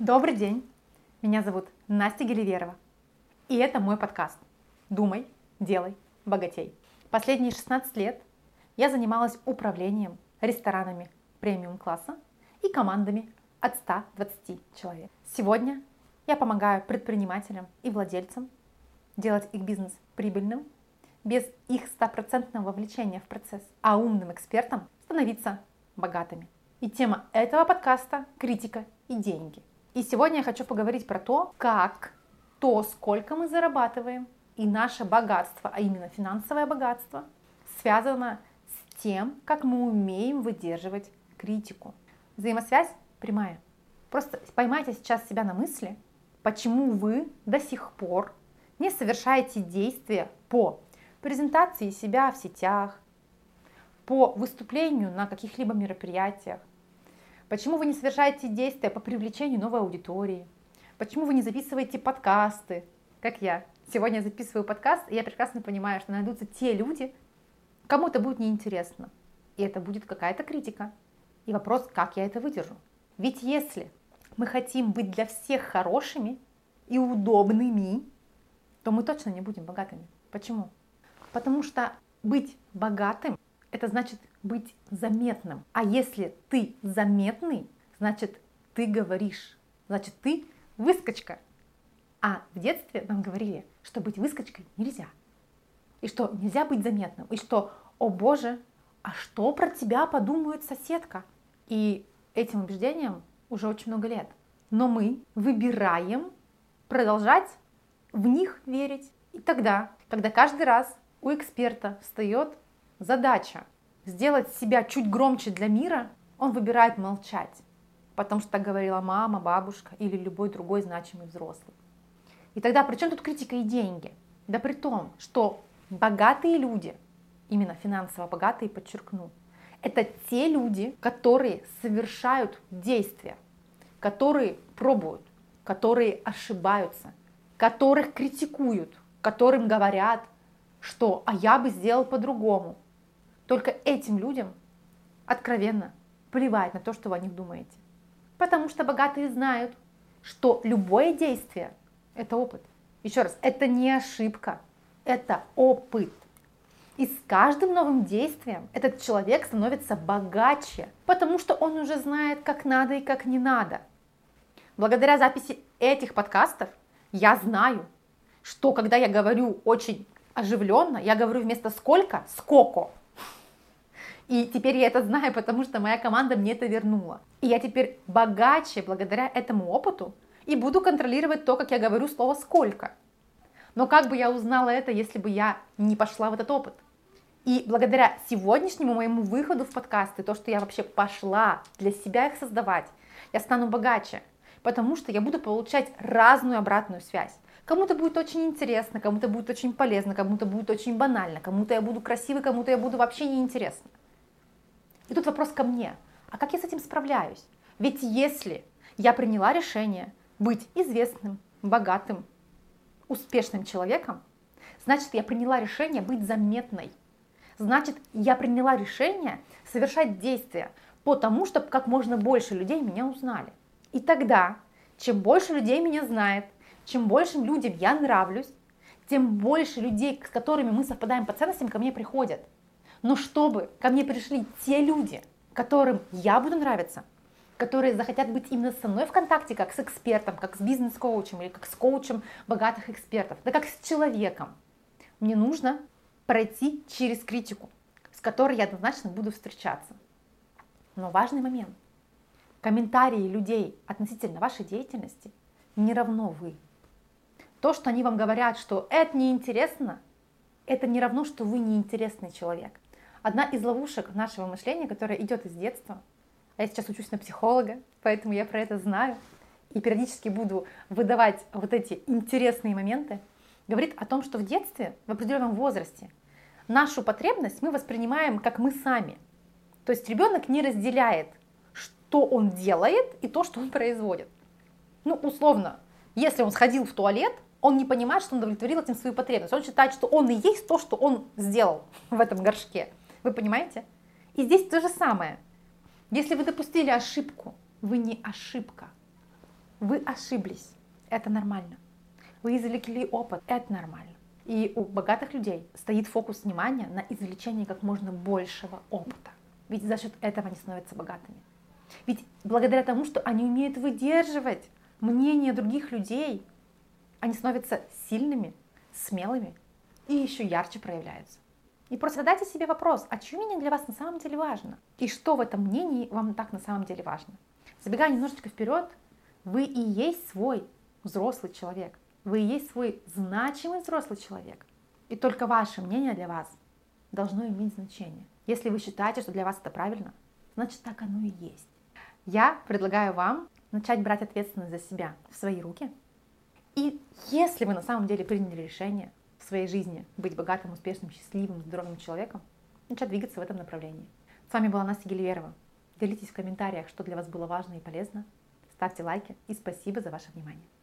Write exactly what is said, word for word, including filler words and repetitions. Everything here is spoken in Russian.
Добрый день, меня зовут Настя Геливерова, и это мой подкаст «Думай, делай, богатей». Последние шестнадцать лет я занималась управлением ресторанами премиум-класса и командами от ста двадцати человек. Сегодня я помогаю предпринимателям и владельцам делать их бизнес прибыльным без их стопроцентного вовлечения в процесс, а умным экспертам становиться богатыми. И тема этого подкаста – критика и деньги. И сегодня я хочу поговорить про то, как то, сколько мы зарабатываем, и наше богатство, а именно финансовое богатство, связано с тем, как мы умеем выдерживать критику. Взаимосвязь прямая. Просто поймайте сейчас себя на мысли, почему вы до сих пор не совершаете действия по презентации себя в сетях, по выступлению на каких-либо мероприятиях. Почему вы не совершаете действия по привлечению новой аудитории? Почему вы не записываете подкасты, как я? Сегодня я записываю подкаст, и я прекрасно понимаю, что найдутся те люди, кому это будет неинтересно. И это будет какая-то критика. И вопрос, как я это выдержу? Ведь если мы хотим быть для всех хорошими и удобными, то мы точно не будем богатыми. Почему? Потому что быть богатым – это значит быть заметным. А если ты заметный, значит ты говоришь, значит ты выскочка. А в детстве нам говорили, что быть выскочкой нельзя. И что нельзя быть заметным. И что, о боже, а что про тебя подумает соседка? И этим убеждением уже очень много лет. Но мы выбираем продолжать в них верить. И тогда, когда каждый раз у эксперта встает задача сделать себя чуть громче для мира, он выбирает молчать, потому что так говорила мама, бабушка или любой другой значимый взрослый. И тогда при чем тут критика и деньги? Да при том, что богатые люди, именно финансово богатые, подчеркну, это те люди, которые совершают действия, которые пробуют, которые ошибаются, которых критикуют, которым говорят, что «а я бы сделал по-другому». Только этим людям откровенно плевать на то, что вы о них думаете. Потому что богатые знают, что любое действие – это опыт. Еще раз, это не ошибка, это опыт. И с каждым новым действием этот человек становится богаче, потому что он уже знает, как надо и как не надо. Благодаря записи этих подкастов я знаю, что когда я говорю очень оживленно, я говорю вместо «сколько» – «скоко». И теперь я это знаю, потому что моя команда мне это вернула. И я теперь богаче благодаря этому опыту и буду контролировать то, как я говорю слово «сколько». Но как бы я узнала это, если бы я не пошла в этот опыт? И благодаря сегодняшнему моему выходу в подкасты, то, что я вообще пошла для себя их создавать, я стану богаче, потому что я буду получать разную обратную связь. Кому-то будет очень интересно, кому-то будет очень полезно, кому-то будет очень банально, кому-то я буду красивой, кому-то я буду вообще неинтересна. И тут вопрос ко мне, а как я с этим справляюсь? Ведь если я приняла решение быть известным, богатым, успешным человеком, значит, я приняла решение быть заметной. Значит, я приняла решение совершать действия по тому, чтобы как можно больше людей меня узнали. И тогда, чем больше людей меня знает, чем больше людям я нравлюсь, тем больше людей, с которыми мы совпадаем по ценностям, ко мне приходят. Но чтобы ко мне пришли те люди, которым я буду нравиться, которые захотят быть именно со мной в контакте, как с экспертом, как с бизнес-коучем или как с коучем богатых экспертов, да как с человеком, мне нужно пройти через критику, с которой я однозначно буду встречаться. Но важный момент. Комментарии людей относительно вашей деятельности не равно вы. То, что они вам говорят, что это неинтересно, это не равно, что вы неинтересный человек. Одна из ловушек нашего мышления, которая идет из детства, а я сейчас учусь на психолога, поэтому я про это знаю, и периодически буду выдавать вот эти интересные моменты, говорит о том, что в детстве, в определенном возрасте, нашу потребность мы воспринимаем как мы сами. То есть ребенок не разделяет, что он делает и то, что он производит. Ну, условно, если он сходил в туалет, он не понимает, что он удовлетворил этим свою потребность. Он считает, что он и есть то, что он сделал в этом горшке. Вы понимаете? И здесь то же самое. Если вы допустили ошибку, вы не ошибка. Вы ошиблись. Это нормально. Вы извлекли опыт. Это нормально. И у богатых людей стоит фокус внимания на извлечении как можно большего опыта. Ведь за счет этого они становятся богатыми. Ведь благодаря тому, что они умеют выдерживать мнение других людей, они становятся сильными, смелыми и еще ярче проявляются. И просто задайте себе вопрос, а чье мнение для вас на самом деле важно? И что в этом мнении вам так на самом деле важно? Забегая немножечко вперед, вы и есть свой взрослый человек. Вы и есть свой значимый взрослый человек. И только ваше мнение для вас должно иметь значение. Если вы считаете, что для вас это правильно, значит так оно и есть. Я предлагаю вам начать брать ответственность за себя в свои руки. И если вы на самом деле приняли решение в своей жизни быть богатым, успешным, счастливым, здоровым человеком, начать двигаться в этом направлении. С вами была Настя Геливерова. Делитесь в комментариях, что для вас было важно и полезно. Ставьте лайки и спасибо за ваше внимание.